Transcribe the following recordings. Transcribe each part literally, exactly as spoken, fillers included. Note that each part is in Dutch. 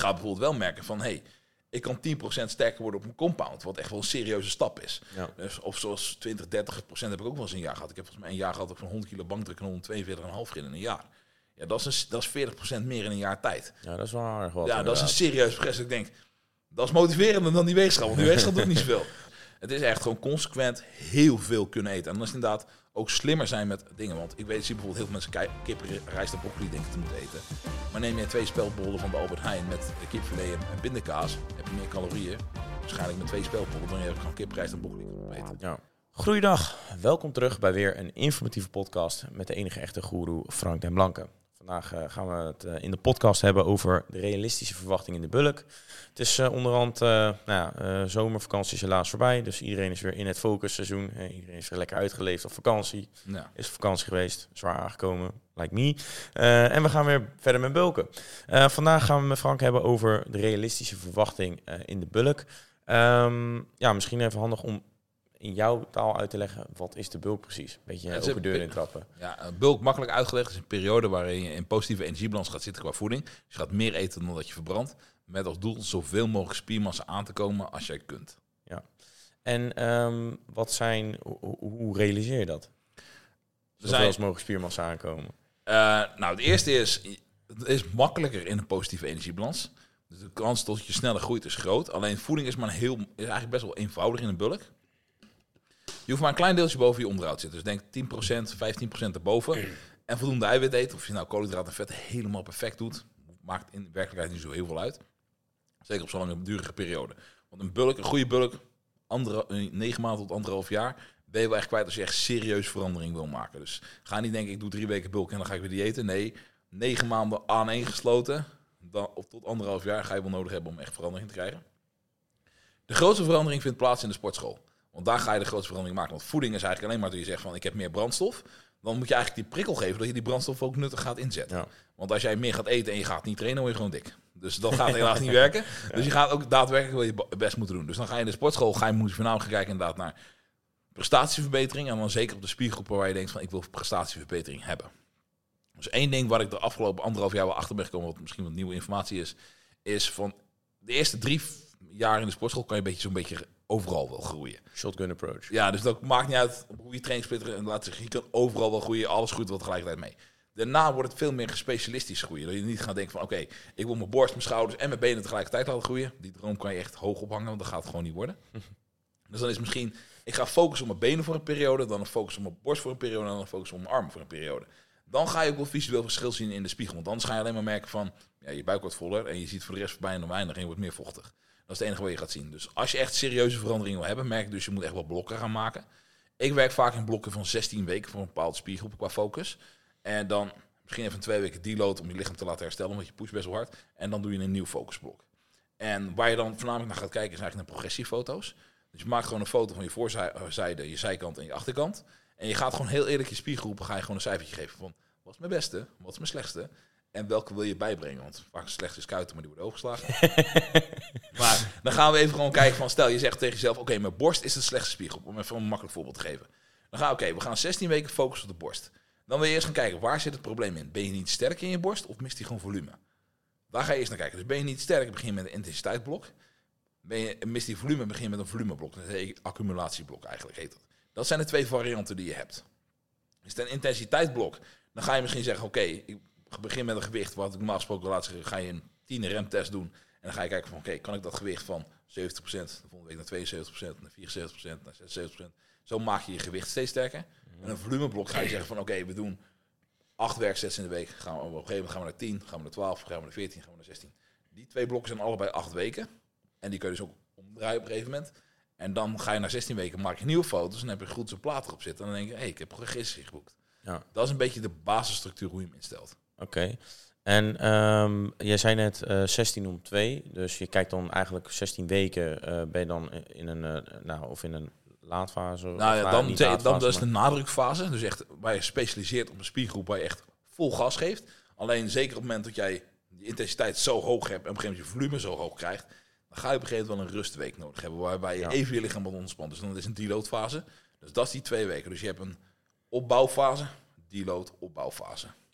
gaat bijvoorbeeld wel merken van... Hey, ik kan tien procent sterker worden op mijn compound, wat echt wel een serieuze stap is. Ja. Dus, of zoals twintig, dertig procent heb ik ook wel eens een jaar gehad. Ik heb volgens mij een jaar gehad dat ik van honderd kilo bankdruk en honderdtweeënveertig komma vijf in een jaar. Ja, dat is, een, dat is veertig procent meer in een jaar tijd. Ja, dat is wel erg wat. Ja, inderdaad. Dat is een serieus progressie. Ik denk, dat is motiverender dan die weegschaal, want die weegschaal doet niet zoveel. Het is echt gewoon consequent heel veel kunnen eten. En dan is het inderdaad ook slimmer zijn met dingen. Want ik weet, zie bijvoorbeeld heel veel mensen kip, rijst en broccoli denken te moeten eten. Maar neem je twee spelbollen van de Albert Heijn met kipfilet en pindakaas, heb je meer calorieën. Waarschijnlijk met twee spelbollen dan je gewoon kip, rijst en broccoli kunnen eten. Ja. Goeiedag, welkom terug bij weer een informatieve podcast met de enige echte goeroe Frank den Blanke. Vandaag uh, gaan we het uh, in de podcast hebben over de realistische verwachting in de bulk. Het is uh, onderhand, uh, nou ja, uh, zomervakantie is helaas voorbij. Dus iedereen is weer in het focusseizoen. Uh, iedereen is weer lekker uitgeleefd op vakantie. Ja. Is op vakantie geweest, zwaar aangekomen, like me. Uh, en we gaan weer verder met bulken. Uh, vandaag gaan we met Frank hebben over de realistische verwachting uh, in de bulk. Um, ja, misschien even handig om in jouw taal uit te leggen, wat is de bulk precies? Beetje ja, open deur in trappen. Ja, bulk makkelijk uitgelegd is een periode waarin je in positieve energiebalans gaat zitten qua voeding. Dus je gaat meer eten dan dat je verbrandt. Met als doel zoveel mogelijk spiermassa aan te komen als jij kunt. Ja. En um, wat zijn, hoe, hoe realiseer je dat? Zoveel zijn, als mogelijk spiermassa aankomen. Uh, nou, het eerste is, het is makkelijker in een positieve energiebalans. Dus de kans dat je sneller groeit is groot. Alleen voeding is maar een heel, is eigenlijk best wel eenvoudig in een bulk. Je hoeft maar een klein deeltje boven je onderhoud te zitten. Dus denk tien procent, vijftien procent erboven. En voldoende eiwit eten. Of je nou koolhydraten en vetten helemaal perfect doet. Maakt in werkelijkheid niet zo heel veel uit. Zeker op zo'n lange durige periode. Want een bulk, een goede bulk, andere, negen maanden tot anderhalf jaar, ben je wel echt kwijt als je echt serieus verandering wil maken. Dus ga niet denken, ik doe drie weken bulk en dan ga ik weer diëten. Nee, negen maanden aaneengesloten. Dan, of tot anderhalf jaar ga je wel nodig hebben om echt verandering te krijgen. De grootste verandering vindt plaats in de sportschool. Want daar ga je de grootste verandering maken. Want voeding is eigenlijk alleen maar dat je zegt van ik heb meer brandstof. Dan moet je eigenlijk die prikkel geven dat je die brandstof ook nuttig gaat inzetten. Ja. Want als jij meer gaat eten en je gaat niet trainen, dan word je gewoon dik. Dus dat gaat helaas niet werken. Ja. Dus je gaat ook daadwerkelijk wel je best moeten doen. Dus dan ga je in de sportschool, ga je moet je voornamelijk gaan kijken inderdaad naar prestatieverbetering. En dan zeker op de spiergroepen waar je denkt van ik wil prestatieverbetering hebben. Dus één ding waar ik de afgelopen anderhalf jaar wel achter ben gekomen, wat misschien wat nieuwe informatie is, is van de eerste drie jaar in de sportschool kan je een beetje zo'n beetje overal wel groeien. Shotgun approach. Ja, dus dat maakt niet uit hoe je trainingssplitter en laat zich, je kan overal wel groeien, alles groeit wel tegelijkertijd mee. Daarna wordt het veel meer gespecialistisch groeien. Dat je niet gaat denken van oké, okay, ik wil mijn borst, mijn schouders en mijn benen tegelijkertijd laten groeien. Die droom kan je echt hoog ophangen, want dat gaat het gewoon niet worden. Dus dan is misschien, ik ga focussen op mijn benen voor een periode, dan een focus op mijn borst voor een periode en dan een focus op mijn armen voor een periode. Dan ga je ook wel visueel verschil zien in de spiegel. Want anders ga je alleen maar merken van, ja, je buik wordt voller en je ziet voor de rest bijna weinig en je wordt meer vochtig. Dat is het enige wat je gaat zien. Dus als je echt serieuze veranderingen wil hebben, merk je dus je moet echt wel blokken gaan maken. Ik werk vaak in blokken van zestien weken voor een bepaalde spiergroep qua focus. En dan misschien even twee weken deload om je lichaam te laten herstellen, want je pusht best wel hard. En dan doe je een nieuw focusblok. En waar je dan voornamelijk naar gaat kijken is eigenlijk naar progressiefoto's. Dus je maakt gewoon een foto van je voorzijde, je zijkant en je achterkant. En je gaat gewoon heel eerlijk je spiergroepen, ga je gewoon een cijfertje geven van wat is mijn beste, wat is mijn slechtste. En welke wil je bijbrengen? Want vaak slecht is kuiten, maar die worden overgeslagen. Maar dan gaan we even gewoon kijken van, stel je zegt tegen jezelf, oké, okay, mijn borst is de slechtste spiergroep. Om even een makkelijk voorbeeld te geven. Dan gaan we, oké, okay, we gaan zestien weken focussen op de borst. Dan wil je eerst gaan kijken, waar zit het probleem in? Ben je niet sterk in je borst of mist die gewoon volume? Daar ga je eerst naar kijken. Dus ben je niet sterk, begin je met een intensiteitsblok. Ben je, mist die volume, begin je met een volumeblok. Dat is een accumulatieblok eigenlijk, heet dat. Dat zijn de twee varianten die je hebt. Is het een intensiteitsblok, dan ga je misschien zeggen, oké, okay, ik begin met een gewicht, wat ik normaal gesproken laat zeggen, ga je een tien remtest doen. En dan ga je kijken van, oké, okay, kan ik dat gewicht van zeventig procent, de volgende week naar tweeënzeventig procent, naar vierenzeventig procent, naar zesenzeventig procent. Zo maak je je gewicht steeds sterker. En een volumeblok ga je zeggen van, oké, okay, we doen acht werksets in de week. Gaan we, op een gegeven moment gaan we naar tien, gaan we naar twaalf, gaan we naar veertien, gaan we naar zestien. Die twee blokken zijn allebei acht weken. En die kun je dus ook omdraaien op een gegeven moment. En dan ga je naar zestien weken, maak je nieuwe foto's en dan heb je goed zo'n plaat erop zitten. En dan denk je, hé, hey, ik heb progressie geboekt. Ja. Dat is een beetje de basisstructuur hoe je hem instelt. Oké. Okay. En um, jij zei net uh, zestien om twee, dus je kijkt dan eigenlijk zestien weken, uh, ben je dan in een, uh, nou, of in een laadfase? Nou ja, dan, laadfase, dan dat is de nadrukfase, dus echt waar je specialiseert op een spiergroep waar je echt vol gas geeft. Alleen zeker op het moment dat jij die intensiteit zo hoog hebt en op een gegeven moment je volume zo hoog krijgt, dan ga je op een gegeven moment wel een rustweek nodig hebben, waarbij je ja. even je lichaam wat ontspant. Dus dan is een deloadfase. Dus dat is die twee weken. Dus je hebt een opbouwfase, deload, opbouwfase.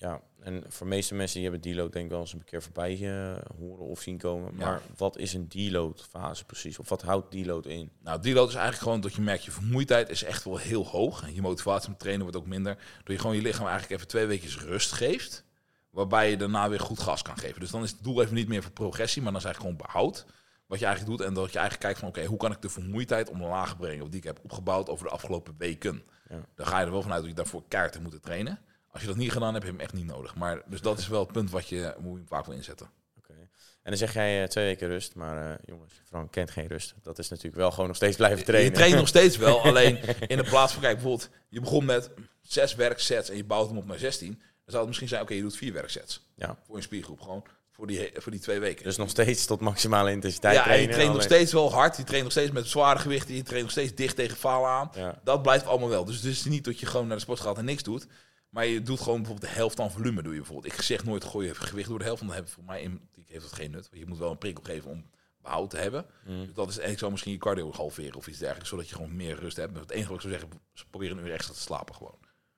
ja, en voor de meeste mensen die hebben deload denk ik wel eens een keer voorbij uh, horen of zien komen. Ja. Maar wat is een deload fase precies? Of wat houdt deload in? Nou, deload is eigenlijk gewoon dat je merkt, je vermoeidheid is echt wel heel hoog. En je motivatie om te trainen wordt ook minder. Door je gewoon je lichaam eigenlijk even twee weekjes rust geeft. Waarbij je daarna weer goed gas kan geven. Dus dan is het doel even niet meer voor progressie, maar dan is het eigenlijk gewoon behoud. Wat je eigenlijk doet en dat je eigenlijk kijkt van oké, okay, hoe kan ik de vermoeidheid omlaag brengen? Die ik heb opgebouwd over de afgelopen weken. Ja. Dan ga je er wel vanuit dat je daarvoor keihard moet moeten trainen. Als je dat niet gedaan hebt, heb je hem echt niet nodig. Maar dus dat is wel het punt wat je, hoe je hem vaak wil inzetten. Okay. En dan zeg jij uh, twee weken rust, maar uh, jongens, Frank kent geen rust. Dat is natuurlijk wel gewoon nog steeds blijven trainen. Je, je traint nog steeds wel, alleen in de plaats van, kijk bijvoorbeeld, je begon met zes werksets en je bouwt hem op naar zestien. Dan zou het misschien zijn, oké, okay, je doet vier werksets. Ja. Voor een spiergroep, gewoon voor die, voor die twee weken. Dus nog steeds tot maximale intensiteit ja, trainen. Ja, je traint nog steeds wel hard, je traint nog steeds met zware gewichten, je traint nog steeds dicht tegen falen aan. Ja. Dat blijft allemaal wel. Dus het is niet dat je gewoon naar de sport gaat en niks doet. Maar je doet gewoon bijvoorbeeld de helft van volume doe je bijvoorbeeld. Ik zeg nooit gooi je gewicht door de helft, want dan heb je voor mij in, heeft dat geen nut. Want je moet wel een prikkel geven om behoud te hebben. Mm. Dus dat is eigenlijk zo misschien je cardio halveren of iets dergelijks, zodat je gewoon meer rust hebt. Het enige wat ik zou zeggen, probeer een uur extra te slapen gewoon.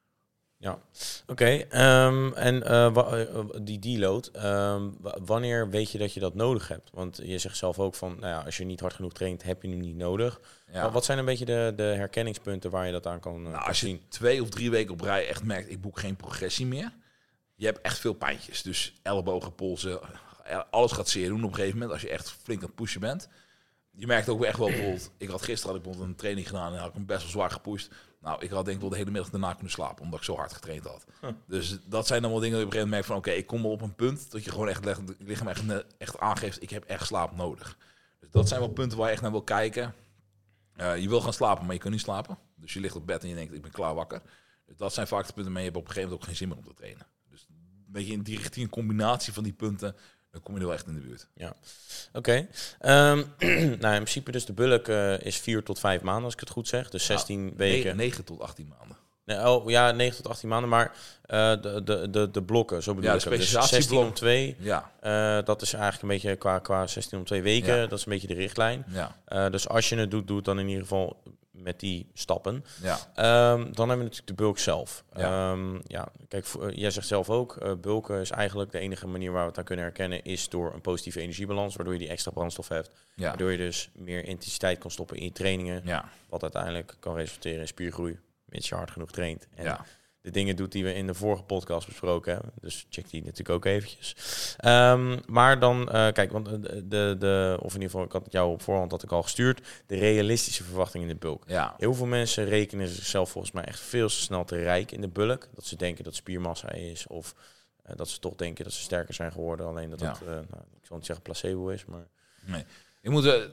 Ja, oké. Okay. Um, en uh, wa- uh, die deload, um, w- wanneer weet je dat je dat nodig hebt? Want je zegt zelf ook van, nou ja, als je niet hard genoeg traint, heb je hem niet nodig. Ja. Wat zijn een beetje de, de herkenningspunten waar je dat aan kan, uh, nou, kan als zien? je twee of drie weken op rij echt merkt, ik boek geen progressie meer. Je hebt echt veel pijntjes. Dus ellebogen, polsen, alles gaat zeer doen op een gegeven moment als je echt flink aan het pushen bent. Je merkt ook echt wel bijvoorbeeld, ik had gisteren had ik bijvoorbeeld een training gedaan en had ik hem best wel zwaar gepusht. Nou, ik had denk ik wel de hele middag daarna kunnen slapen, omdat ik zo hard getraind had. Huh. Dus dat zijn dan wel dingen dat je op een gegeven moment merkt van, oké, okay, ik kom wel op een punt dat je gewoon echt legt, je lichaam echt, echt aangeeft, ik heb echt slaap nodig. Dus dat zijn wel punten waar je echt naar wil kijken. Uh, je wil gaan slapen, maar je kunt niet slapen. Dus je ligt op bed en je denkt, ik ben klaar wakker. Dus dat zijn vaak de punten, maar je hebt op een gegeven moment ook geen zin meer om te trainen. Dus een beetje in die richting, een combinatie van die punten, dan kom je er wel echt in de buurt. Ja, oké. Okay. Um, nou, in principe dus de bulk uh, is vier tot vijf maanden, als ik het goed zeg. Dus zestien nou, weken. negen tot achttien maanden. Nee, oh, ja, negen tot achttien maanden, maar uh, de, de, de, de blokken, zo bedoel ja, ik het. Dus zestien om twee, ja. uh, dat is eigenlijk een beetje qua, qua zestien om twee weken, ja. Dat is een beetje de richtlijn. Ja. Uh, dus als je het doet, doe het dan in ieder geval met die stappen. Ja. Um, dan hebben we natuurlijk de bulk zelf. Ja. Um, ja, kijk, voor, uh, jij zegt zelf ook, uh, bulken is eigenlijk de enige manier waar we het aan kunnen herkennen, is door een positieve energiebalans, waardoor je die extra brandstof hebt. Ja. Waardoor je dus meer intensiteit kan stoppen in je trainingen, ja. Wat uiteindelijk kan resulteren in spiergroei. Mits je hard genoeg traint. En ja. de dingen doet die we in de vorige podcast besproken hebben. Dus check die natuurlijk ook eventjes. Um, maar dan, uh, kijk, want de, de, de, of in ieder geval, ik had het jou op voorhand had ik al gestuurd, de realistische verwachting in de bulk. Ja. Heel veel mensen rekenen zichzelf volgens mij echt veel te snel te rijk in de bulk. Dat ze denken dat spiermassa is, of uh, dat ze toch denken dat ze sterker zijn geworden. Alleen dat ja. het, uh, nou, ik zal niet zeggen placebo is, maar... Nee. Je moet, uh,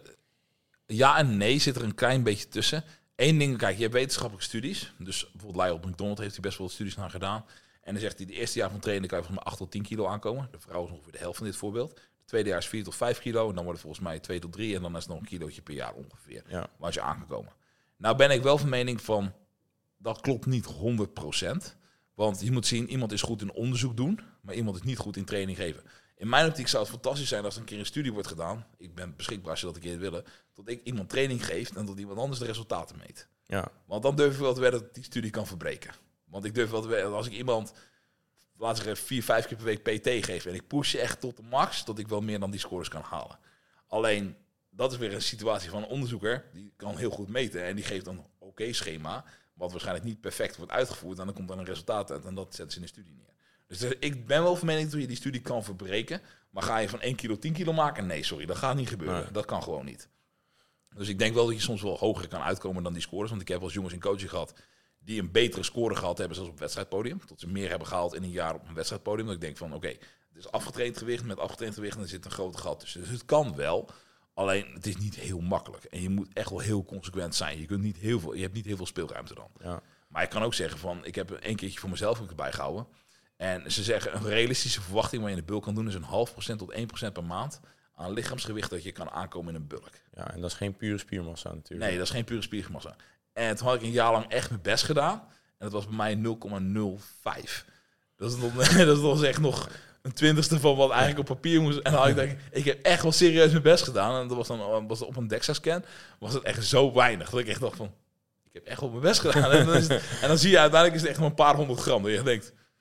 ja en nee zit er een klein beetje tussen. Eén ding, kijk, je hebt wetenschappelijke studies. Dus bijvoorbeeld Lyle McDonald heeft hij best wel studies naar gedaan. En dan zegt hij, de eerste jaar van trainen kan je volgens mij acht tot tien kilo aankomen. De vrouw is ongeveer de helft van dit voorbeeld. Het tweede jaar is vier tot vijf kilo. En dan wordt het volgens mij twee tot drie. En dan is het nog een kilootje per jaar ongeveer. Ja. Waar je aan kan komen. Nou ben ik wel van mening van, dat klopt niet honderd procent. Want je moet zien, iemand is goed in onderzoek doen. Maar iemand is niet goed in training geven. In mijn optiek zou het fantastisch zijn als er een keer een studie wordt gedaan. Ik ben beschikbaar als je dat een keer willen. Dat ik iemand training geef en dat iemand anders de resultaten meet. Ja. Want dan durf ik wel te wedden dat die studie kan verbreken. Want ik durf wel te wedden, als ik iemand, laat ik zeggen, vier, vijf keer per week P T geef en ik push je echt tot de max, dat ik wel meer dan die scores kan halen. Alleen, dat is weer een situatie van een onderzoeker, die kan heel goed meten en die geeft een oké schema, wat waarschijnlijk niet perfect wordt uitgevoerd en dan komt dan een resultaat uit en dat zetten ze in de studie neer. Dus ik ben wel van mening dat je die studie kan verbreken, maar ga je van één kilo tien kilo maken? Nee, sorry, dat gaat niet gebeuren. Nee. Dat kan gewoon niet. Dus ik denk wel dat je soms wel hoger kan uitkomen dan die scores. Want ik heb als jongens in coaching gehad die een betere score gehad hebben zelfs op het wedstrijdpodium. Tot ze meer hebben gehaald in een jaar op een wedstrijdpodium. Dat ik denk van oké, okay, het is afgetraind gewicht met afgetraind gewicht en er zit een grote gat tussen. Dus het kan wel. Alleen het is niet heel makkelijk. En je moet echt wel heel consequent zijn. Je, kunt niet heel veel, je hebt niet heel veel speelruimte dan. Ja. Maar ik kan ook zeggen van, ik heb een keertje voor mezelf ook erbij gehouden. En ze zeggen een realistische verwachting waar je in de bulk kan doen is een half procent tot één procent per maand aan lichaamsgewicht dat je kan aankomen in een bulk. Ja, en dat is geen pure spiermassa natuurlijk. Nee, dat is geen pure spiermassa. En toen had ik een jaar lang echt mijn best gedaan. En dat was bij mij nul komma nul vijf. Dat is nog, dat was echt nog een twintigste van wat eigenlijk op papier moest. En dan had ik denk, ik heb echt wel serieus mijn best gedaan. En dat was dan was op een DEXA-scan. Was het echt zo weinig dat ik echt dacht van, ik heb echt wel mijn best gedaan. En dan, is het, en dan zie je uiteindelijk is het echt maar een paar honderd gram. Dat je denkt, moet ik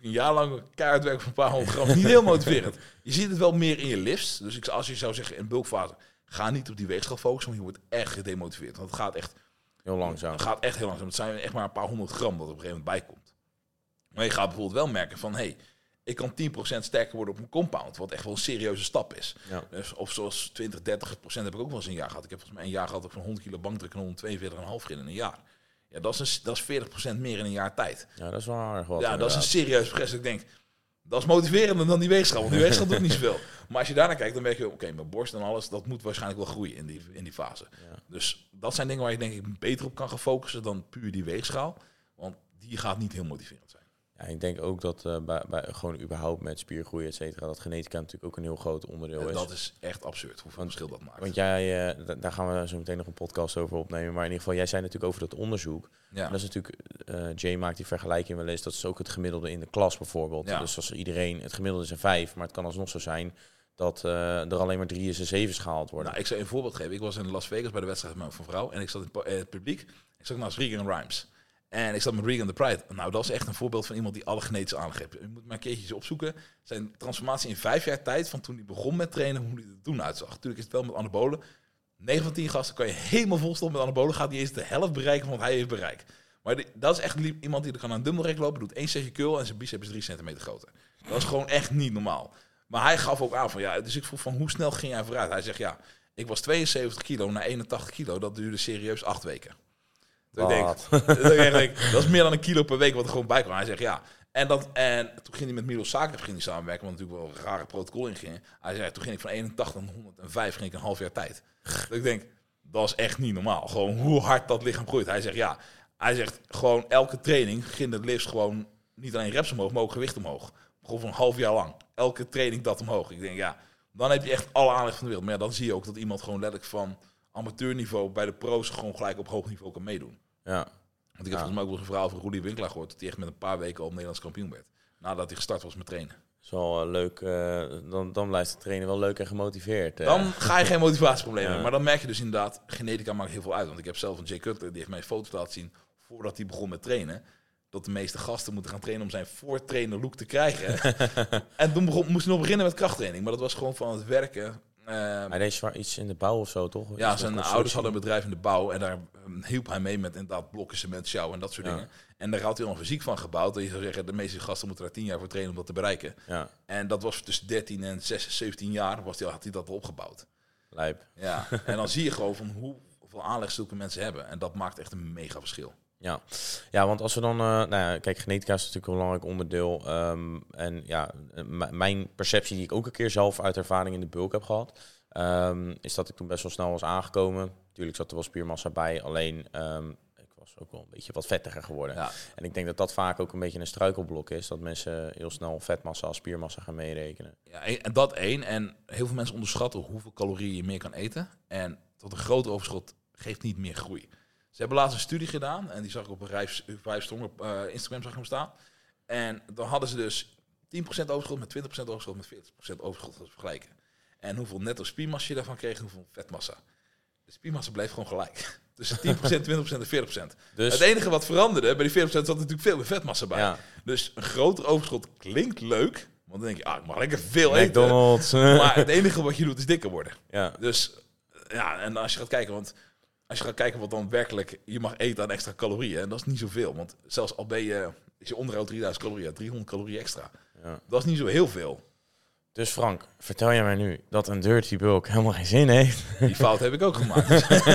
een jaar lang keihard werken voor een paar honderd gram. Niet heel motiverend. Je ziet het wel meer in je lifts. Dus ik, als je zou zeggen in bulkfase, ga niet op die weegschaal focussen, want je wordt echt gedemotiveerd. Want het gaat echt heel langzaam. Het gaat echt heel langzaam. Het zijn echt maar een paar honderd gram dat er op een gegeven moment bij komt. Maar je gaat bijvoorbeeld wel merken van, hé, hey, ik kan tien procent sterker worden op een compound, wat echt wel een serieuze stap is. Ja. Dus, of zoals twintig, dertig procent heb ik ook wel eens een jaar gehad. Ik heb volgens mij een jaar gehad dat ik van honderd kilo bankdruk en honderdtweeënveertig komma vijf ging in een jaar. Ja, dat is, een, dat is veertig procent meer in een jaar tijd. Ja, dat is wel aardig wat. Ja, inderdaad. dat is een serieus progress. Ik denk, dat is motiverender dan die weegschaal, want die weegschaal doet niet zoveel. Maar als je daarnaar kijkt, dan merk je, oké, okay, mijn borst en alles, dat moet waarschijnlijk wel groeien in die, in die fase. Ja. Dus dat zijn dingen waar je denk ik beter op kan gaan focussen dan puur die weegschaal. Want die gaat niet heel motiverend zijn. Ja, ik denk ook dat uh, bij, bij gewoon überhaupt met spiergroei, et cetera, dat genetica natuurlijk ook een heel groot onderdeel En is. Dat is echt absurd, hoeveel want, verschil dat maakt. Want jij, uh, d- daar gaan we zo meteen nog een podcast over opnemen. Maar in ieder geval, jij zei natuurlijk over dat onderzoek. Ja. En dat is natuurlijk, uh, Jay maakt die vergelijking wel eens, dat is ook het gemiddelde in de klas bijvoorbeeld. Ja. Dus als iedereen, het gemiddelde is een vijf, maar het kan alsnog zo zijn dat uh, er alleen maar drie is en zeven gehaald worden. Nou, ik zou een voorbeeld geven. Ik was in Las Vegas bij de wedstrijd met mijn vrouw en ik zat in het, uh, het publiek. Ik zat naast Regan Rimes. En ik zat met Regan de Pride. Nou, dat is echt een voorbeeld van iemand die alle genetische aanleg heeft. Je moet maar een keertje opzoeken. Zijn transformatie in vijf jaar tijd, van toen hij begon met trainen, hoe hij er toen uitzag. Natuurlijk is het wel met anabolen. negen van tien gasten kan je helemaal volstoppen met anabolen. Gaat hij eens de helft bereiken van wat hij heeft bereikt. Maar die, dat is echt iemand die er kan aan een dumbbell rack lopen, doet één setje curl en zijn bicep is drie centimeter groter. Dat is gewoon echt niet normaal. Maar hij gaf ook aan van ja, dus ik vroeg van hoe snel ging hij vooruit? Hij zegt ja, ik was tweeënzeventig kilo naar eenentachtig kilo. Dat duurde serieus acht weken. Ik denk, ik denk, dat is meer dan een kilo per week wat er gewoon bij kwam. Hij zegt ja. En, dat, en toen ging hij met Milos Zagreb ging hij samenwerken, wat natuurlijk wel een rare protocol in ging. Hij zei, toen ging ik van eenentachtig naar honderdvijf, ging ik een half jaar tijd. Dus ik denk, dat is echt niet normaal. Gewoon hoe hard dat lichaam groeit. Hij zegt ja. Hij zegt gewoon elke training ging het liefst gewoon niet alleen reps omhoog, maar ook gewicht omhoog. Gewoon voor een half jaar lang. Elke training dat omhoog. Ik denk ja, dan heb je echt alle aandacht van de wereld. Maar ja, dan zie je ook dat iemand gewoon letterlijk van amateurniveau bij de pro's gewoon gelijk op hoog niveau kan meedoen. Ja. Want ik heb ja. volgens mij ook wel een verhaal van Rudy Winkelaar gehoord, dat hij echt met een paar weken al Nederlands kampioen werd. Nadat hij gestart was met trainen. Dat is wel uh, leuk. Uh, dan, dan blijft de trainer wel leuk en gemotiveerd. Uh. Dan ga je geen motivatieproblemen hebben. Ja. Maar dan merk je dus inderdaad, genetica maakt heel veel uit. Want ik heb zelf een Jay Cutler, die heeft mij foto's laten zien voordat hij begon met trainen. Dat de meeste gasten moeten gaan trainen om zijn voortrainer look te krijgen. En toen begon, moest hij nog beginnen met krachttraining. Maar dat was gewoon van het werken. Uh, hij deed zwaar iets in de bouw of zo, toch? Ja, zijn ouders hadden een bedrijf in de bouw. En daar hielp hij mee met inderdaad blokken, cement, sjouw en dat soort ja. dingen. En daar had hij al een fysiek van gebouwd. Dat je zou zeggen, de meeste gasten moeten daar tien jaar voor trainen om dat te bereiken. Ja. En dat was tussen dertien en zeventien jaar was die, had hij dat al opgebouwd. Lijp. Ja, en dan zie je gewoon van hoeveel aanleg zulke mensen hebben. En dat maakt echt een mega verschil. Ja. ja, want als we dan... Uh, nou ja, kijk, genetica is natuurlijk een belangrijk onderdeel. Um, en ja, m- mijn perceptie die ik ook een keer zelf uit ervaring in de bulk heb gehad... Um, is dat ik toen best wel snel was aangekomen. Natuurlijk zat er wel spiermassa bij, alleen... Um, ik was ook wel een beetje wat vettiger geworden. Ja. En ik denk dat dat vaak ook een beetje een struikelblok is. Dat mensen heel snel vetmassa als spiermassa gaan meerekenen. Ja, en dat één. En heel veel mensen onderschatten hoeveel calorieën je meer kan eten. En tot een groot overschot geeft niet meer groei. Ze hebben laatst een studie gedaan. En die zag ik op een vijfstong op uh, Instagram zag ik hem staan. En dan hadden ze dus tien procent overschot met twintig procent overschot met veertig procent overschot te vergelijken. En hoeveel netto spiermassa je daarvan kreeg, hoeveel vetmassa. De spiermassa bleef gewoon gelijk. Tussen tien procent, twintig procent en veertig procent. Dus het enige wat veranderde, bij die veertig procent zat natuurlijk veel meer vetmassa bij. Ja. Dus een groter overschot klinkt leuk. Want dan denk je, ah, ik mag lekker veel McDonald's. eten. Maar het enige wat je doet is dikker worden. Ja. Dus ja, en als je gaat kijken, want als je gaat kijken wat dan werkelijk je mag eten aan extra calorieën, en dat is niet zoveel. Want zelfs al ben je, is je onderhoud drieduizend calorieën, driehonderd calorieën extra. Ja. Dat is niet zo heel veel. Dus Frank, vertel je mij nu dat een dirty bulk helemaal geen zin heeft? Die fout heb ik ook gemaakt.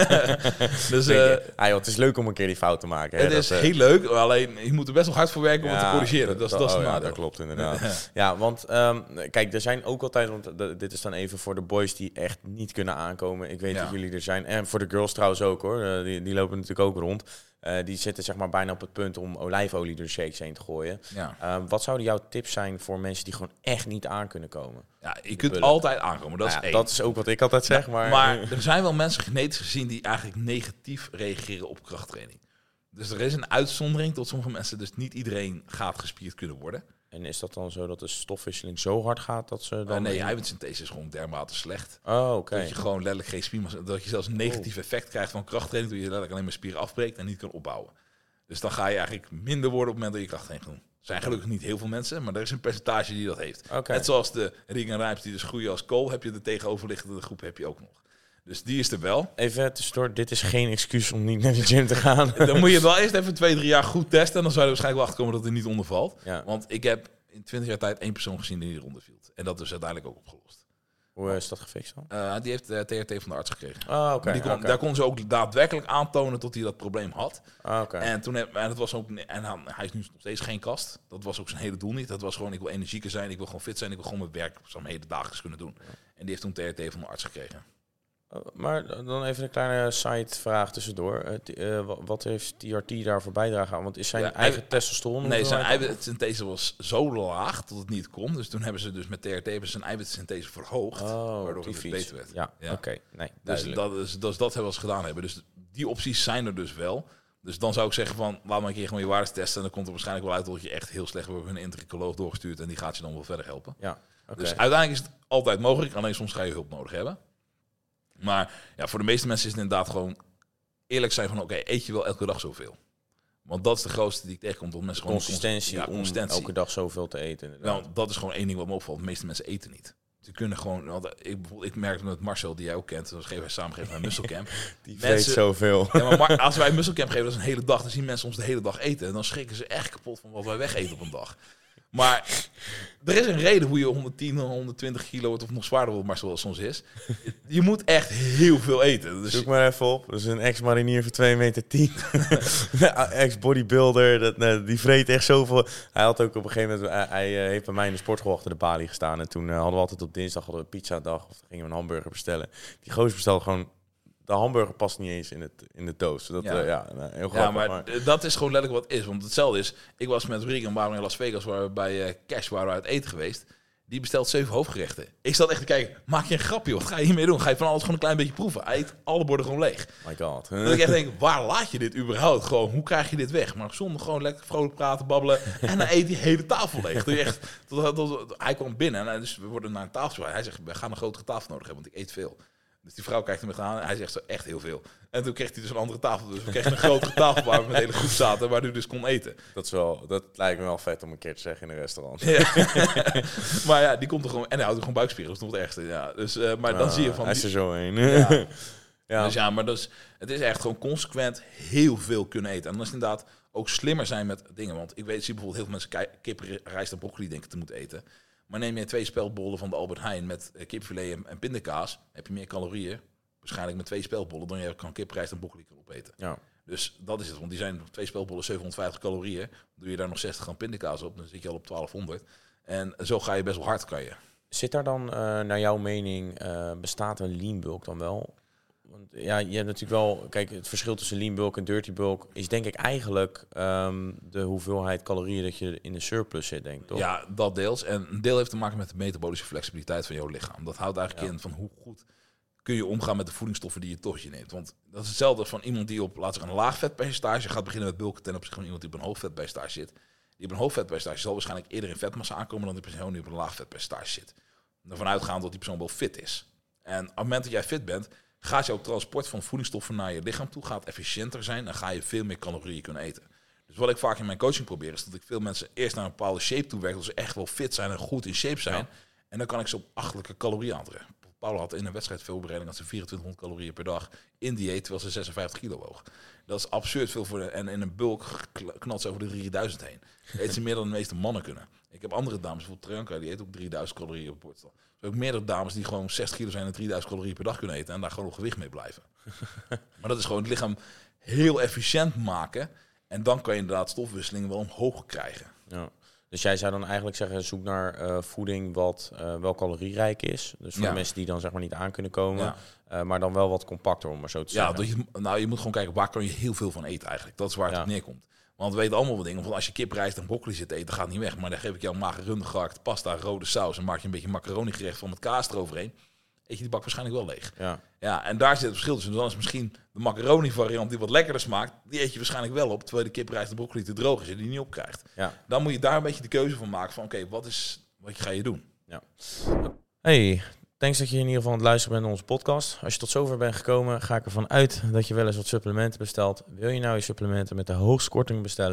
dus, uh, ah, joh, het is leuk om een keer die fout te maken. Hè? Het dat, is uh, heel leuk, alleen je moet er best wel hard voor werken om ja, het te corrigeren. Dat, dat, dat, dat is oh, de ja, nadeel. dat klopt inderdaad. ja, want um, kijk, er zijn ook altijd, want de, dit is dan even voor de boys die echt niet kunnen aankomen. Ik weet ja. dat jullie er zijn. En voor de girls trouwens ook hoor, uh, die, die lopen natuurlijk ook rond. Uh, die zitten zeg maar bijna op het punt om olijfolie door de shakes heen te gooien. Ja. Uh, wat zouden jouw tips zijn voor mensen die gewoon echt niet aan kunnen komen? Ja, je kunt bullen. altijd aankomen, dat nou is ja, één. Dat is ook wat ik altijd zeg. Ja, maar maar er zijn wel mensen genetisch gezien die eigenlijk negatief reageren op krachttraining. Dus er is een uitzondering tot sommige mensen, dus niet iedereen gaat gespierd kunnen worden. En is dat dan zo dat de stofwisseling zo hard gaat dat ze dan... Uh, nee, eiwitsynthese is gewoon dermate slecht. Oh, oké. Okay. Dat je gewoon letterlijk geen spiermassa... Dat je zelfs een negatief oh. effect krijgt van krachttraining, door je letterlijk alleen maar spieren afbreekt en niet kan opbouwen. Dus dan ga je eigenlijk minder worden op het moment dat je krachttraining doet. zijn gelukkig niet heel veel mensen, maar er is een percentage die dat heeft. Okay. Net zoals de Ring en Rijps die dus groeien als kool, heb je de tegenoverliggende groep heb je ook nog. Dus die is er wel. Even tussendoor, dit is geen excuus om niet naar de gym te gaan. Dan moet je het wel eerst even twee, drie jaar goed testen en dan zou je er waarschijnlijk wel achterkomen dat het niet onder valt. Ja. Want ik heb in twintig jaar tijd één persoon gezien die eronder viel. En dat is uiteindelijk ook opgelost. Hoe is dat gefixt dan? Uh, die heeft uh, T R T van de arts gekregen. Ah, oké. Okay, okay. Daar kon ze ook daadwerkelijk aantonen dat hij dat probleem had. Ah, okay. En toen heb, en dat was ook, en hij, hij is nu nog steeds geen kast. Dat was ook zijn hele doel niet. Dat was gewoon, ik wil energieker zijn, ik wil gewoon fit zijn, ik wil gewoon mijn werkzaamheden dagelijks kunnen doen. En die heeft toen T R T van de arts gekregen. Uh, maar dan even een kleine side-vraag tussendoor. Uh, t, uh, wat heeft T R T daarvoor bijdrage aan? Want is zijn ja, eigen testosteron... Nee, zijn eiwitsynthese was zo laag dat het niet kon. Dus toen hebben ze dus met T R T hebben ze zijn eiwitsynthese verhoogd. Oh, waardoor het beter werd. Ja, ja. oké. Okay. Nee, dus, dat is, dus dat hebben we als gedaan hebben. Dus die opties zijn er dus wel. Dus dan zou ik zeggen van, laat maar een keer gewoon je waardes testen. En dan komt er waarschijnlijk wel uit dat je echt heel slecht wordt. We hebben een entericoloog doorgestuurd en die gaat je dan wel verder helpen. Ja, okay. Dus uiteindelijk is het altijd mogelijk. Alleen soms ga je hulp nodig hebben. Maar ja, voor de meeste mensen is het inderdaad gewoon eerlijk zijn van, oké, okay, eet je wel elke dag zoveel? Want dat is de grootste die ik tegenkom. Dat mensen consistentie, gewoon, ja, consistentie om elke dag zoveel te eten. Nou, dat is gewoon één ding wat me opvalt. De meeste mensen eten niet. Ze kunnen gewoon, want ik, ik merk met Marcel, die jij ook kent, dat geven wij samen geven bij Muscle Camp. Die weet zoveel. Ja, maar Mar- als wij Muscle Camp geven, dat is een hele dag, dan zien mensen ons de hele dag eten. En dan schrikken ze echt kapot van wat wij wegeten op een dag. Maar er is een reden hoe je honderdtien, honderdtwintig kilo wordt of nog zwaarder wordt, Marcel soms is. Je moet echt heel veel eten. Dus... Zoek maar even op. Dat is een ex-marinier van twee meter tien. Ex-bodybuilder. Dat, nee, die vreet echt zoveel. Hij had ook op een gegeven moment... Hij, hij uh, heeft bij mij in de sportschool achter de balie gestaan. En toen uh, hadden we altijd op dinsdag hadden we pizza dag. Of dan gingen we een hamburger bestellen. Die gozer bestelde gewoon... De hamburger past niet eens in, het, in de toast. Dat, ja. Uh, ja, nou, heel grappig. Ja, maar, maar dat is gewoon letterlijk wat is. Want hetzelfde is... Ik was met Regan, waren we in Las Vegas, waar we bij uh, Cash waren we uit eten geweest. Die bestelt zeven hoofdgerechten. Ik zat echt te kijken, maak je een grapje? Wat ga je hiermee doen? Ga je van alles gewoon een klein beetje proeven? Hij eet alle borden gewoon leeg. My god. Dat ik echt denk, waar laat je dit überhaupt? Gewoon, hoe krijg je dit weg? Maar zonder gewoon lekker vrolijk praten, babbelen. En dan eet die hele tafel leeg. Dat je echt, tot, tot, tot, hij kwam binnen en dus we worden naar een tafel. Hij zegt, we gaan een grotere tafel nodig hebben, want ik eet veel. Dus die vrouw kijkt hem echt aan en hij zegt zo echt heel veel. En toen kreeg hij dus een andere tafel. Dus we kregen een grotere tafel waar we met de hele groep zaten, waar hij dus kon eten. Dat is wel, dat lijkt me wel vet om een keer te zeggen in een restaurant. Ja. Maar ja, die komt er gewoon... En hij houdt er gewoon buikspieren, dat is nog het ergste. Ja. Dus, uh, maar dan uh, zie je van... Hij is er zo heen. Ja. Ja. Dus ja, maar dus, het is echt gewoon consequent heel veel kunnen eten. En dan is het inderdaad ook slimmer zijn met dingen. Want ik weet, zie bijvoorbeeld heel veel mensen kip, rijst en broccoli denken te moeten eten. Maar neem je twee spelbollen van de Albert Heijn met kipfilet en, en pindakaas, heb je meer calorieën. Waarschijnlijk met twee spelbollen dan je kan kip, rijst en broccoli kan opeten. Ja. Dus dat is het. Want die zijn twee spelbollen zevenhonderdvijftig calorieën. Doe je daar nog zestig gram pindakaas op, dan zit je al op twaalfhonderd. En zo ga je best wel hard, kan je. Zit daar dan, uh, naar jouw mening, uh, bestaat een lean bulk dan wel? Want ja, je hebt natuurlijk wel... Kijk, het verschil tussen lean bulk en dirty bulk is denk ik eigenlijk um, de hoeveelheid calorieën dat je in de surplus zit, denk ik, toch? Ja, dat deels. En een deel heeft te maken met de metabolische flexibiliteit van jouw lichaam. Dat houdt eigenlijk ja. in van hoe goed kun je omgaan met de voedingsstoffen die je tot je neemt. Want dat is hetzelfde van iemand die op, laten we zeggen, een laag vetpercentage gaat beginnen met bulken ten opzichte van iemand die op een hoog vetpercentage zit. Die op een hoog vetpercentage zal waarschijnlijk eerder in vetmassa aankomen dan die persoon die op een laag vetpercentage zit. Ervan uitgaan dat die persoon wel fit is. En op het moment dat jij fit bent, gaat jouw transport van voedingsstoffen naar je lichaam toe, gaat efficiënter zijn en ga je veel meer calorieën kunnen eten. Dus wat ik vaak in mijn coaching probeer, is dat ik veel mensen eerst naar een bepaalde shape toe werk, dat ze echt wel fit zijn en goed in shape zijn. Ja. En dan kan ik ze op achtelijke calorieën aantrekken. Paul had in een wedstrijdvoorbereiding dat ze vierentwintighonderd calorieën per dag in dieet, terwijl ze zesenvijftig kilo woog. Dat is absurd veel voor de, en in een bulk knalt ze over de drieduizend heen. Eet ze meer dan de meeste mannen kunnen. Ik heb andere dames, bijvoorbeeld Trianka, die eet ook drieduizend calorieën op bord. Er zijn ook meerdere dames die gewoon zestig kilo zijn en drieduizend calorieën per dag kunnen eten en daar gewoon op gewicht mee blijven. Maar dat is gewoon het lichaam heel efficiënt maken en dan kan je inderdaad stofwisselingen wel omhoog krijgen. Ja. Dus jij zou dan eigenlijk zeggen, zoek naar uh, voeding wat uh, wel calorierijk is. Dus voor ja. de mensen die dan zeg maar niet aan kunnen komen. Ja. Uh, maar dan wel wat compacter, om maar zo te ja, zeggen. Ja, je, nou, je moet gewoon kijken, waar kan je heel veel van eten eigenlijk? Dat is waar het ja. op neerkomt. Want we weten allemaal wat dingen. Want als je kip, rijst en broccoli zit eten, gaat niet weg. Maar dan geef ik jou mager rundgehakt, pasta, rode saus en maak je een beetje macaroni gerecht van met kaas eroverheen. Eet je die bak waarschijnlijk wel leeg. Ja. Ja, en daar zit het verschil tussen. Dan is misschien de macaroni variant die wat lekkerder smaakt, die eet je waarschijnlijk wel op, terwijl de kip, rijst en broccoli te droog is en die niet opkrijgt. Ja. Dan moet je daar een beetje de keuze van maken van oké, okay, wat is wat ga je doen? Ja. Hey, thanks dat je in ieder geval aan het luisteren bent naar onze podcast. Als je tot zover bent gekomen, ga ik ervan uit dat je wel eens wat supplementen bestelt. Wil je nou je supplementen met de hoogste korting bestellen?